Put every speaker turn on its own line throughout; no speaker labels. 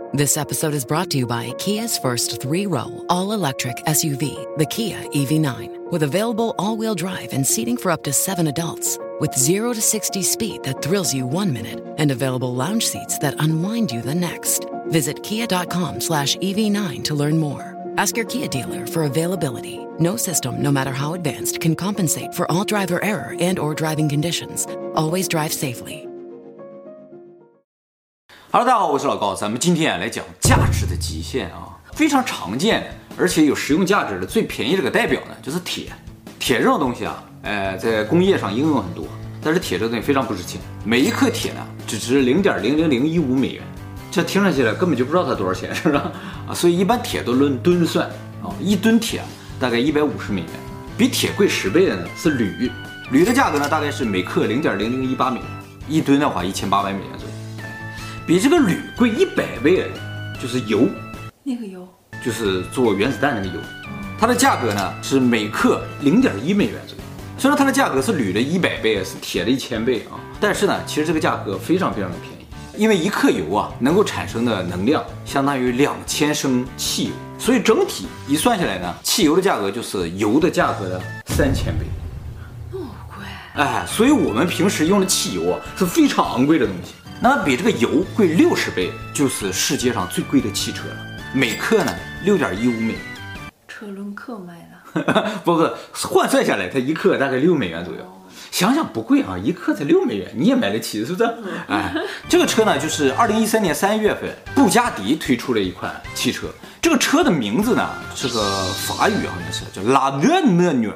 This episode is brought to you by Kia's first 3-row, all-electric SUV, the Kia EV9, with available all-wheel drive and seating for up to 7 adults. With 0 to 60 speed that thrills you 1 minute and available lounge seats that unwind you the next. Visit kia.com/EV9 to learn more. Ask your Kia dealer for availability. No system, no matter how advanced, can compensate for all driver error and or driving conditions. Always drive safely.
Hello， 大家好，我是老高，咱们今天来讲价值的极限啊，非常常见的，而且有实用价值的最便宜这个代表呢，就是铁。铁这种东西啊，在工业上应用很多，但是铁这个东西非常不值钱，每一克铁呢只值0.00015美元，这听上去了根本就不知道它多少钱，是吧？啊，所以一般铁都论吨算啊，一吨铁大概150美元，比铁贵10倍的呢是铝，铝的价格呢大概是每克0.0018美元，一吨的话1800美元左右。比这个铝贵100倍的就是油，
那个油
就是做原子弹那个油，它的价格呢是每克0.1美元左右。虽然它的价格是铝的100倍，是铁的1000倍啊，但是呢，其实这个价格非常非常的便宜，因为一克油啊能够产生的能量相当于2000升汽油，所以整体一算下来呢，汽油的价格就是油的价格的3000倍。
那么贵？
哎，所以我们平时用的汽油啊是非常昂贵的东西。那么比这个油贵60倍，就是世界上最贵的汽车了，每克呢6.15美元。
车轮克卖的？
不，换算下来，它一克大概6美元左右。想想不贵啊，一克才6美元，你也买得起，是不是？哎，这个车呢，就是2013年3月份，布加迪推出了一款汽车。这个车的名字呢是个法语，好像是叫 La Noire，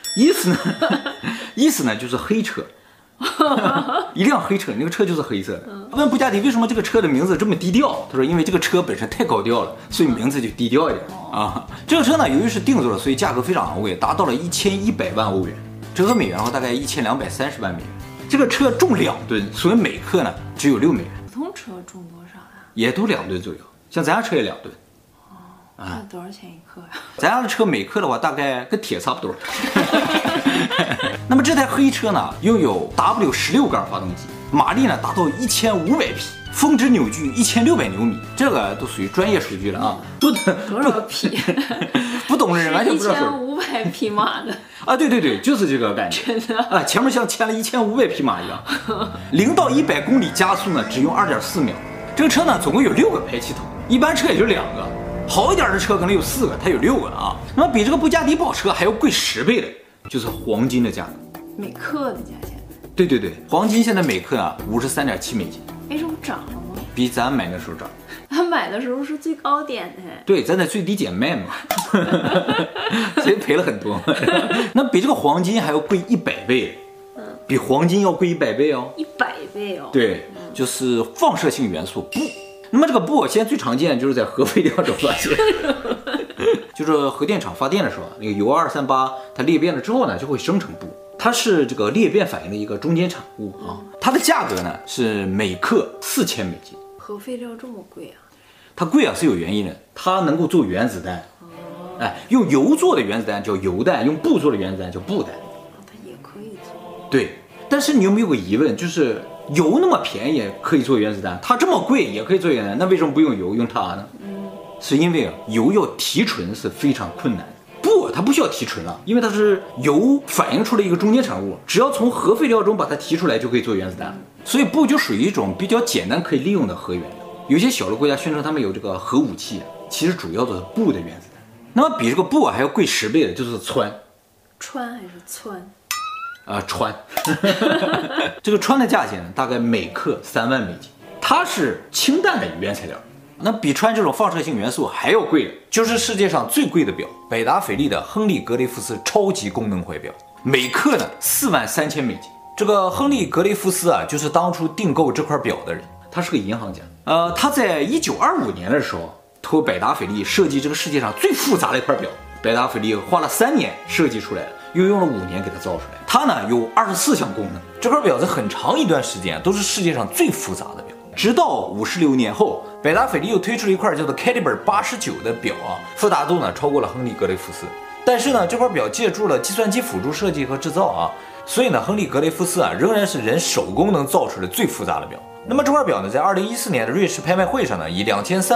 意思呢就是黑车。一辆黑车，那个车就是黑色的。问布加迪为什么这个车的名字这么低调？他说因为这个车本身太高调了，所以名字就低调一点啊。这个车呢，由于是定做的，所以价格非常昂贵，达到了1100万欧元，折合美元的话大概1230万美元。这个车重2吨，所以每克呢只有6美元。
普通车重多少呀？
也都2吨左右，像咱家车也2吨。
那多少钱一克呀？
咱家的车每克的话，大概跟铁差不多。那么这台黑车呢，拥有 W16 杆发动机，马力呢达到1500匹，峰值扭矩1600牛米，这个都属于专业数据了啊。
多少匹？
不懂的人完全不知道说。
1500匹马的
啊，对，就是这个概念。真的啊，前面像牵了1500匹马一样。0到100公里加速呢，只用2.4秒。这个车呢，总共有6个排气筒，一般车也就2个。好一点的车可能有4个，它有6个啊。那么比这个布加迪跑车还要贵10倍的，就是黄金的价格，
每克的价钱。
对，黄金现在每克啊53.7美金。
哎，这不涨了吗？
比咱买的时候涨。
他买的时候是最高点的。
对，咱在最低点卖嘛，所以赔了很多。那比这个黄金还要贵100倍，比黄金要贵100倍哦。
100倍哦。
对，就是放射性元素钚。那么这个钚现在最常见就是在核废料中发现，就是核电厂发电的时候，那个铀238它裂变了之后呢，就会生成钚，它是这个裂变反应的一个中间产物啊。它的价格呢是每克4000美金。
核废料这么贵啊？
它贵啊是有原因的，它能够做原子弹。哎，用铀做的原子弹叫铀弹，用钚做的原子弹叫钚弹。
它也可以做。
对，但是你有没有个疑问，就是铀那么便宜可以做原子弹，它这么贵也可以做原子弹，那为什么不用铀用它呢？是因为铀要提纯是非常困难的，钚它不需要提纯了，因为它是铀反映出了一个中间产物，只要从核废料中把它提出来就可以做原子弹，所以钚就属于一种比较简单可以利用的核原料。有些小的国家宣称他们有这个核武器，其实主要的是钚的原子弹。那么比这个钚还要贵10倍的就是氚。
氚还是氚？
氚。这个氚的价钱大概每克3万美金，它是氢弹的原材料。那比氚这种放射性元素还要贵的，就是世界上最贵的表——百达翡丽的亨利格雷夫斯超级功能怀表，每克呢43000美金。这个亨利格雷夫斯啊，就是当初订购这块表的人，他是个银行家。他在1925年的时候托百达翡丽设计这个世界上最复杂的一块表，百达翡丽花了3年设计出来了，又用了5年给它造出来。它呢有24项功能，这块表在很长一段时间都是世界上最复杂的表。直到56年后，百达翡丽又推出了一块叫做 Caliber 89的表啊，复杂度呢超过了亨利格雷夫斯。但是呢，这块表借助了计算机辅助设计和制造啊，所以呢，亨利格雷夫斯啊仍然是人手工能造出来最复杂的表。 那么这块表呢，在2014年的瑞士拍卖会上呢，以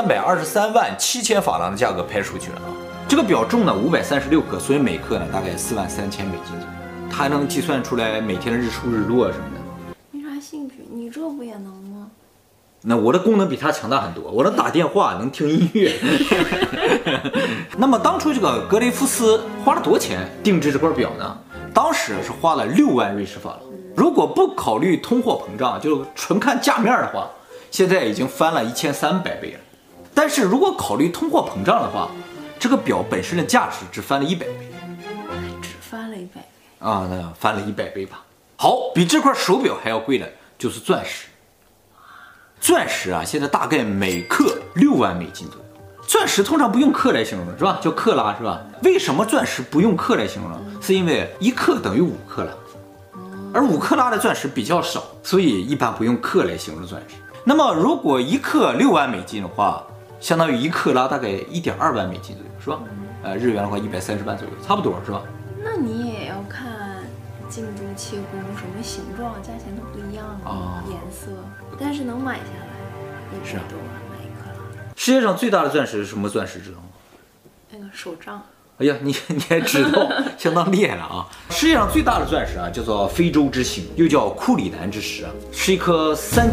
2323万7000法郎的价格拍出去了啊。这个表重呢536克，所以每克呢大概43000美金左右。它还能计算出来每天的日出日落什么的。
没啥兴趣，你这不也能吗？
那我的功能比它强大很多，我能打电话，能听音乐。那么当初这个格雷夫斯花了多少钱定制这块表呢？当时是花了6万瑞士法郎。如果不考虑通货膨胀，就纯看价面的话，现在已经翻了1300倍了。但是如果考虑通货膨胀的话，这个表本身的价值只翻了100倍。
只翻了100倍
啊，那翻了100倍吧。好，比这块手表还要贵的就是钻石。钻石啊，现在大概每克6万美金左右。钻石通常不用克来形容的，是吧？叫克拉，是吧？为什么钻石不用克来形容呢？是因为1克等于5克拉，而5克拉的钻石比较少，所以一般不用克来形容钻石。那么如果1克6万美金的话，相当于1克拉大概1.2万美金左右，是吧？日元的话130万左右，差不多，是吧？
那你也要看进珠切工什么形状，价钱都不一样啊，颜色，但是能买下来100多万买1克拉。
世界上最大的钻石是什么钻石知道吗？
那个手杖。
哎呀，你还知道，相当厉害了啊！世界上最大的钻石啊，叫做非洲之星，又叫库里南之石啊，是一颗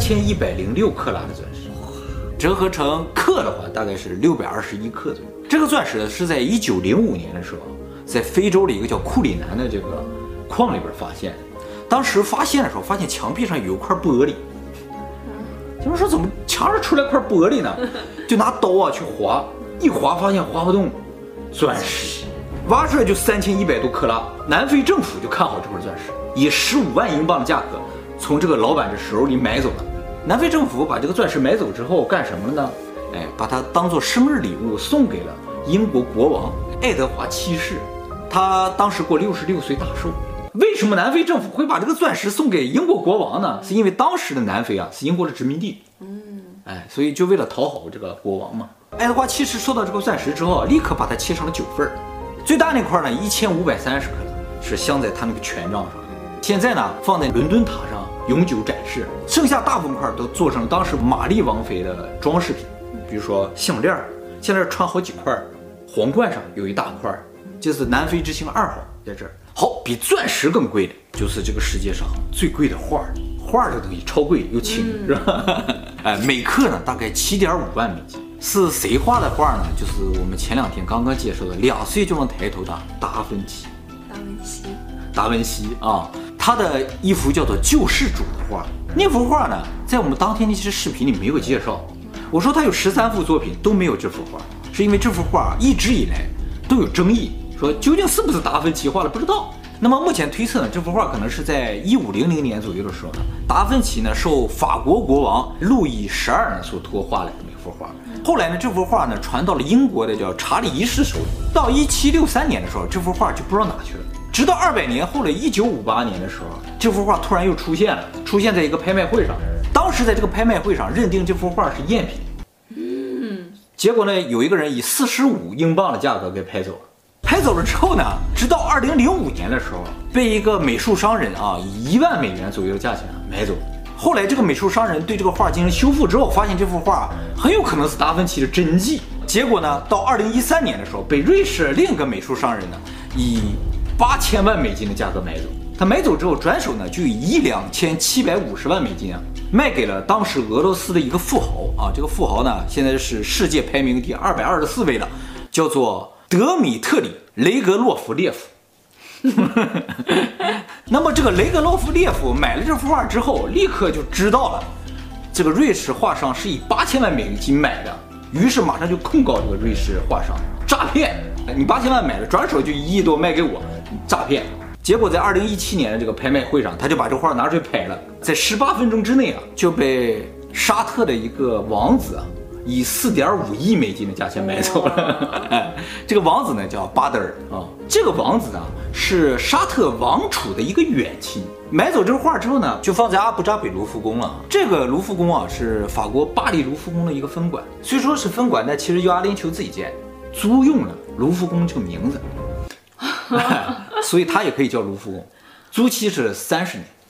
3106克拉的钻石，折合成克的话，大概是621克左右。这个钻石是在1905年的时候，在非洲的一个叫库里南的这个矿里边发现的。当时发现的时候，发现墙壁上有一块玻璃，他们说怎么墙上出来块玻璃呢？就拿刀啊去划，一划发现划不动。钻石挖出来就3100多克拉，南非政府就看好这块钻石，以15万英镑的价格从这个老板的手里买走了。南非政府把这个钻石买走之后干什么了呢？把它当做生日礼物送给了英国国王爱德华七世，他当时过66岁大寿。为什么南非政府会把这个钻石送给英国国王呢？是因为当时的南非啊是英国的殖民地，所以就为了讨好这个国王嘛。爱德华七世收到这个钻石之后，立刻把它切成了9份，最大那块呢1530克拉，是镶在他那个权杖上。现在呢放在伦敦塔上永久展示，剩下大部分块都做成当时玛丽王妃的装饰品，比如说项链穿好几块，皇冠上有一大块，就是南非之星2号在这儿。好，比钻石更贵的就是这个世界上最贵的画这个东西超贵又轻，是吧？每克呢大概7.5万美金。是谁画的画呢？就是我们前2天刚刚介绍的2岁就能抬头的达芬奇。达文西啊，他的一幅叫做《救世主》的画。那幅画呢，在我们当天那些视频里没有介绍。我说他有13幅作品都没有这幅画，是因为这幅画一直以来都有争议，说究竟是不是达芬奇画的不知道。那么目前推测呢，这幅画可能是在1500年左右的时候呢，达芬奇呢受法国国王路易12呢所托画的这么一幅画。后来呢，这幅画呢传到了英国的叫查理1世手里。到1763年的时候，这幅画就不知道哪去了。直到200年后的1958年的时候，这幅画突然又出现了，出现在一个拍卖会上。当时在这个拍卖会上认定这幅画是赝品。结果呢，有一个人以45英镑的价格给拍走了。拍走了之后呢，直到2005年的时候，被一个美术商人啊以1万美元左右的价钱买走。后来这个美术商人对这个画进行修复之后，发现这幅画很有可能是达芬奇的真迹。结果呢，到2013年的时候，被瑞士另一个美术商人呢以8000万美金的价格买走。他买走之后，转手呢就以12750万美金啊卖给了当时俄罗斯的一个富豪啊。这个富豪呢现在是世界排名第224位的，叫做德米特里·雷格洛夫列夫。那么这个雷格洛夫列夫买了这幅画之后，立刻就知道了这个瑞士画商是以8000万美金买的，于是马上就控告这个瑞士画商诈骗。你8000万买了，转手就1亿多卖给我，诈骗。结果在2017年的这个拍卖会上，他就把这画拿出去拍了，在18分钟之内啊，就被沙特的一个王子啊以4.5亿美金的价钱买走了。这个王子呢叫巴德尔啊，这个王子呢是沙特王储的一个远亲。买走这个画之后呢，就放在阿布扎比卢浮宫了。这个卢浮宫啊是法国巴黎卢浮宫的一个分馆，虽说是分馆，但其实由阿联酋自己建，租用了卢浮宫这个名字。所以它也可以叫卢浮宫，租期是30年。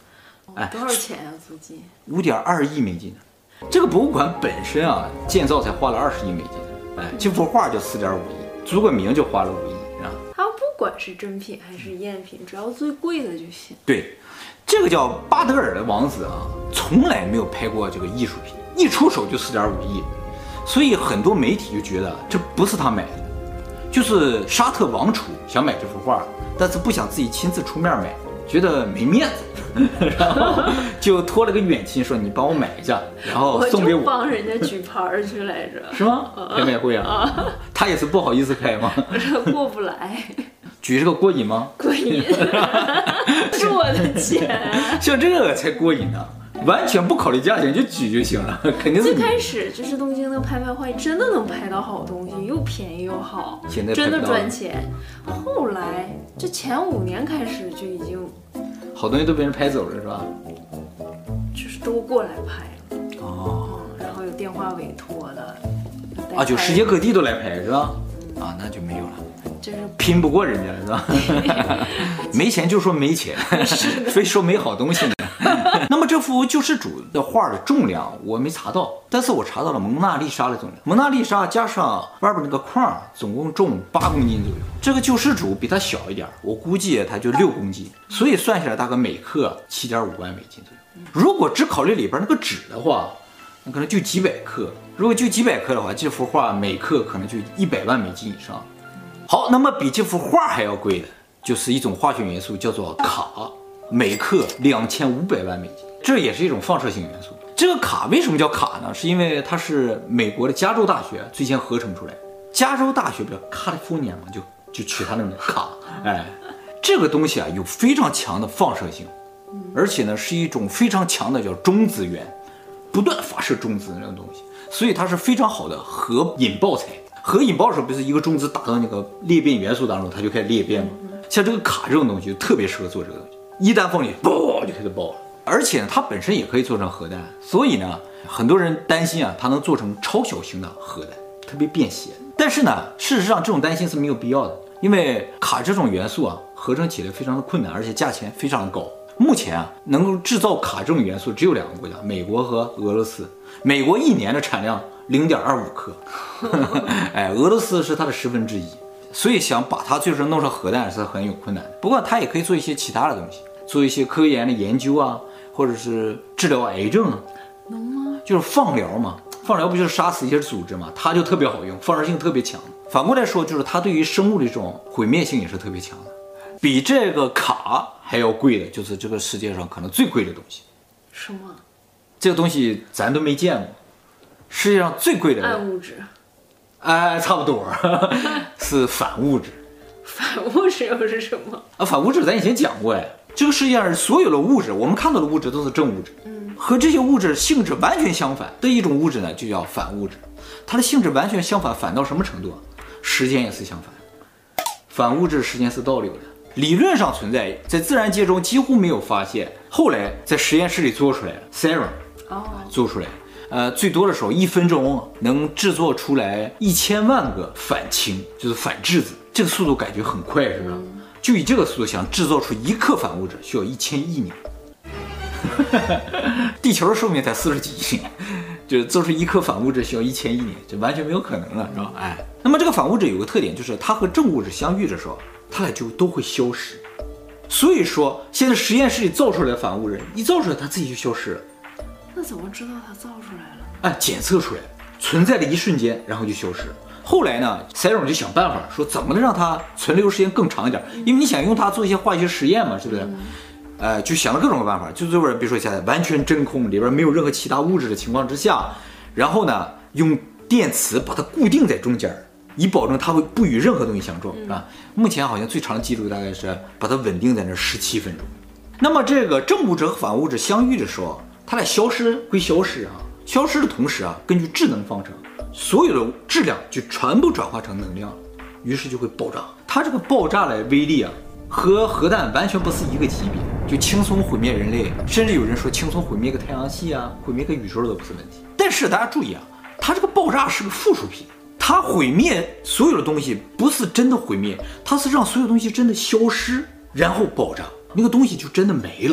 哎，
多少钱呀？租金
5.2亿美金。这个博物馆本身啊，建造才花了20亿美金。哎，这幅画就4.5亿，租个名就花了5亿，啊。
它不管是真品还是赝品，只要最贵的就行。
对，这个叫巴德尔的王子啊，从来没有拍过这个艺术品，一出手就4.5亿，所以很多媒体就觉得这不是他买的，就是沙特王储想买这幅画，但是不想自己亲自出面买，觉得没面子，然后就托了个远亲说你帮我买一下，然后送给我。
我就帮人家举牌去来着。
是吗？拍卖会啊？他也是不好意思开吗？
过不来。
举这个过瘾吗？
过瘾，是我的钱。
像这个才过瘾呢，完全不考虑价钱就举就行了，肯定是。
最开始就是东京的拍卖会，真的能拍到好东西，又便宜又好，
现在
真的赚钱。后来这前5年开始就已经，
好东西都被人拍走了，是吧？
就是都过来拍了。哦，然后有电话委托的。
啊，就世界各地都来拍是吧？啊，那就没有了。
就是
拼不过人家是吧？没钱就说没钱，非说没好东西呢。那么这幅救世主的画的重量我没查到，但是我查到了蒙娜丽莎的重量。蒙娜丽莎加上外边那个框，总共重8公斤左右。这个救世主比它小一点，我估计它就6公斤，所以算下来大概每克7.5万美金左右。如果只考虑里边那个纸的话，那可能就几百克。如果就几百克的话，这幅画每克可能就100万美金以上。好，那么比这幅画还要贵的，就是一种化学元素，叫做镉，每克2500万美金，这也是一种放射性元素。这个镉为什么叫镉呢？是因为它是美国的加州大学最先合成出来的。加州大学比较 California 嘛，就取它那个镉。哎，这个东西啊有非常强的放射性，而且呢是一种非常强的叫中子源，不断发射中子那种东西，所以它是非常好的核引爆材。核引爆的时候，不是一个中子打到那个裂变元素当中，它就开始裂变吗？像这个镉这种东西就特别适合做这个东西，一旦放进去，嘣就开始爆了。而且呢，它本身也可以做成核弹，所以呢，很多人担心啊，它能做成超小型的核弹，特别便携。但是呢，事实上这种担心是没有必要的，因为镉这种元素啊，合成起来非常的困难，而且价钱非常的高。目前啊，能够制造镉这种元素只有2个国家，美国和俄罗斯。美国1年的产量0.25克，哎，俄罗斯是它的1/10，所以想把它最终弄成核弹是很有困难的。不过它也可以做一些其他的东西，做一些科研的研究啊，或者是治疗癌症啊。
能吗？
就是放疗嘛，放疗不就是杀死一些组织嘛，它就特别好用，放射性特别强。反过来说，就是它对于生物的这种毁灭性也是特别强的。比这个镉还要贵的，就是这个世界上可能最贵的东西。
什么？
这个东西咱都没见过，世界上最贵的
暗物质。
哎，差不多，是反物质。
反物质又是什么？
啊，反物质咱以前讲过哎，这个世界上所有的物质，我们看到的物质都是正物质，和这些物质性质完全相反的一种物质呢，就叫反物质。它的性质完全相反，反到什么程度？时间也是相反，反物质时间是倒流的。理论上存在，在自然界中几乎没有发现，后来在实验室里做出来了 ，Serum 做出来，最多的时候1分钟能制作出来1000万个反氢，就是反质子，这个速度感觉很快，是不是？就以这个速度想制造出1克反物质，需要1000亿年。地球的寿命才40几亿年，就做出1克反物质需要1000亿年，这完全没有可能了，是吧？哎，那么这个反物质有个特点，就是它和正物质相遇的时候，它俩就都会消失。所以说，现在实验室里造出来的反物质，一造出来它自己就消失了。
那怎么知道它造出来了？
哎，检测出来，存在的一瞬间，然后就消失了。后来呢，塞隆就想办法说，怎么能让它存留时间更长一点？因为你想用它做一些化学实验嘛，是不是？就想了各种办法，就最后比如说现在完全真空，里边没有任何其他物质的情况之下，然后呢，用电磁把它固定在中间，以保证它会不与任何东西相撞啊。目前好像最长的记录大概是把它稳定在那17分钟。那么这个正物质和反物质相遇的时候，它俩消失归消失啊，消失的同时啊，根据质能方程，所有的质量就全部转化成能量，于是就会爆炸。它这个爆炸的威力啊，和核弹完全不是一个级别，就轻松毁灭人类，甚至有人说轻松毁灭个太阳系啊，毁灭个宇宙都不是问题。但是大家注意啊，它这个爆炸是个附属品，它毁灭所有的东西不是真的毁灭，它是让所有东西真的消失，然后爆炸，那个东西就真的没了。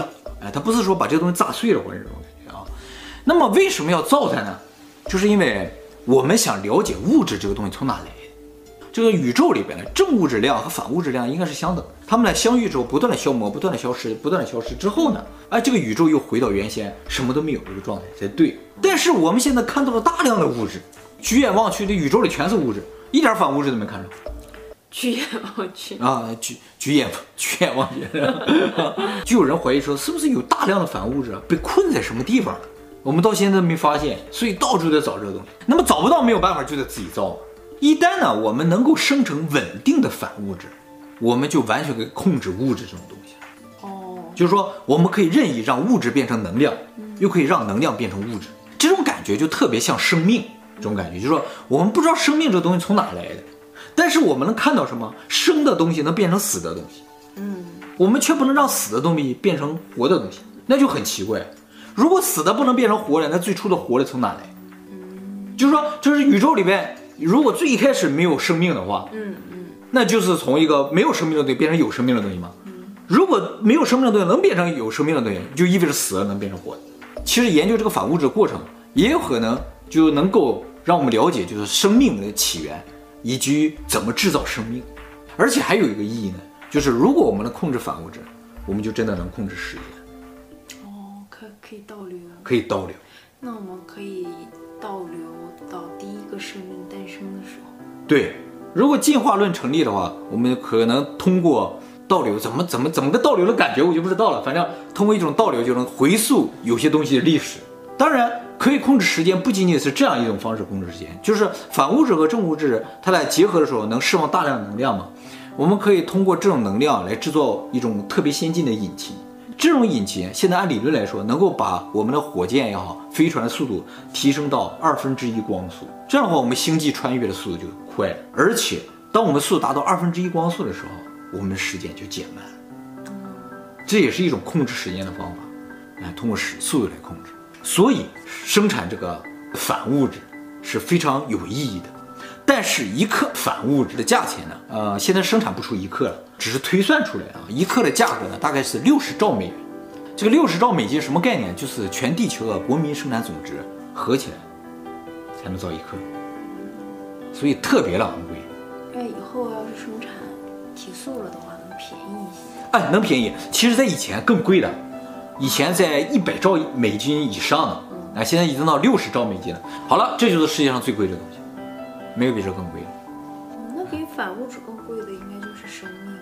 它不是说把这个东西炸碎了或者这种感觉啊。那么为什么要造它呢？就是因为我们想了解物质这个东西从哪来的。这个宇宙里边的正物质量和反物质量应该是相等，它们俩相遇之后不断的消磨，不断的消失，不断的消失之后呢，这个宇宙又回到原先什么都没有这个状态才对。但是我们现在看到了大量的物质，举眼望去的宇宙里全是物质，一点反物质都没看着。
举眼望去
举眼望去，就有人怀疑说，是不是有大量的反物质被困在什么地方了？我们到现在都没发现，所以到处在找这个东西。那么找不到没有办法，就得自己造。一旦呢，我们能够生成稳定的反物质，我们就完全可以控制物质这种东西。就是说，我们可以任意让物质变成能量，又可以让能量变成物质。这种感觉就特别像生命，这种感觉就是说，我们不知道生命这个东西从哪来的，但是我们能看到什么生的东西能变成死的东西，我们却不能让死的东西变成活的东西，那就很奇怪。如果死的不能变成活的，那最初的活的从哪来？就是说，就是宇宙里边，如果最一开始没有生命的话，那就是从一个没有生命的东西变成有生命的东西嘛。如果没有生命的东西能变成有生命的东西，就意味着死了能变成活的。其实研究这个反物质的过程，也有可能就能够让我们了解，就是生命的起源以及怎么制造生命。而且还有一个意义呢，就是如果我们能控制反物质，我们就真的能控制时间。
可以倒流，
可以倒流。
那我们可以倒流到第一个生命诞生的时候。
对，如果进化论成立的话，我们可能通过倒流，怎么个倒流的感觉我就不知道了。反正通过一种倒流就能回溯有些东西的历史。当然，可以控制时间，不仅仅是这样一种方式控制时间，就是反物质和正物质它俩结合的时候能释放大量的能量嘛。我们可以通过这种能量来制造一种特别先进的引擎。这种引擎现在按理论来说，能够把我们的火箭也好，飞船的速度提升到1/2光速。这样的话，我们星际穿越的速度就快了。而且，当我们速度达到1/2光速的时候，我们的时间就减慢了。这也是一种控制时间的方法，通过速度来控制。所以，生产这个反物质是非常有意义的。但是1克反物质的价钱呢？现在生产不出1克了，只是推算出来啊。1克的价格呢，大概是60兆美元。这个60兆美金什么概念？就是全地球的国民生产总值合起来才能造1克，所以特别的昂贵。
那以后要是生产提速了的话，能便宜一些？
能便宜。其实，在以前更贵的，以前在100兆美金以上的，现在已经到60兆美金了。好了，这就是世界上最贵的东西。没有比这更贵的。
那比反物质更贵的应该就是生命。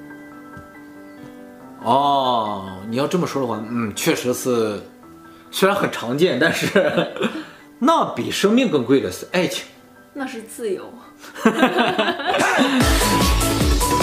你要这么说的话，确实是，虽然很常见，但是那比生命更贵的是爱情。
那是自由。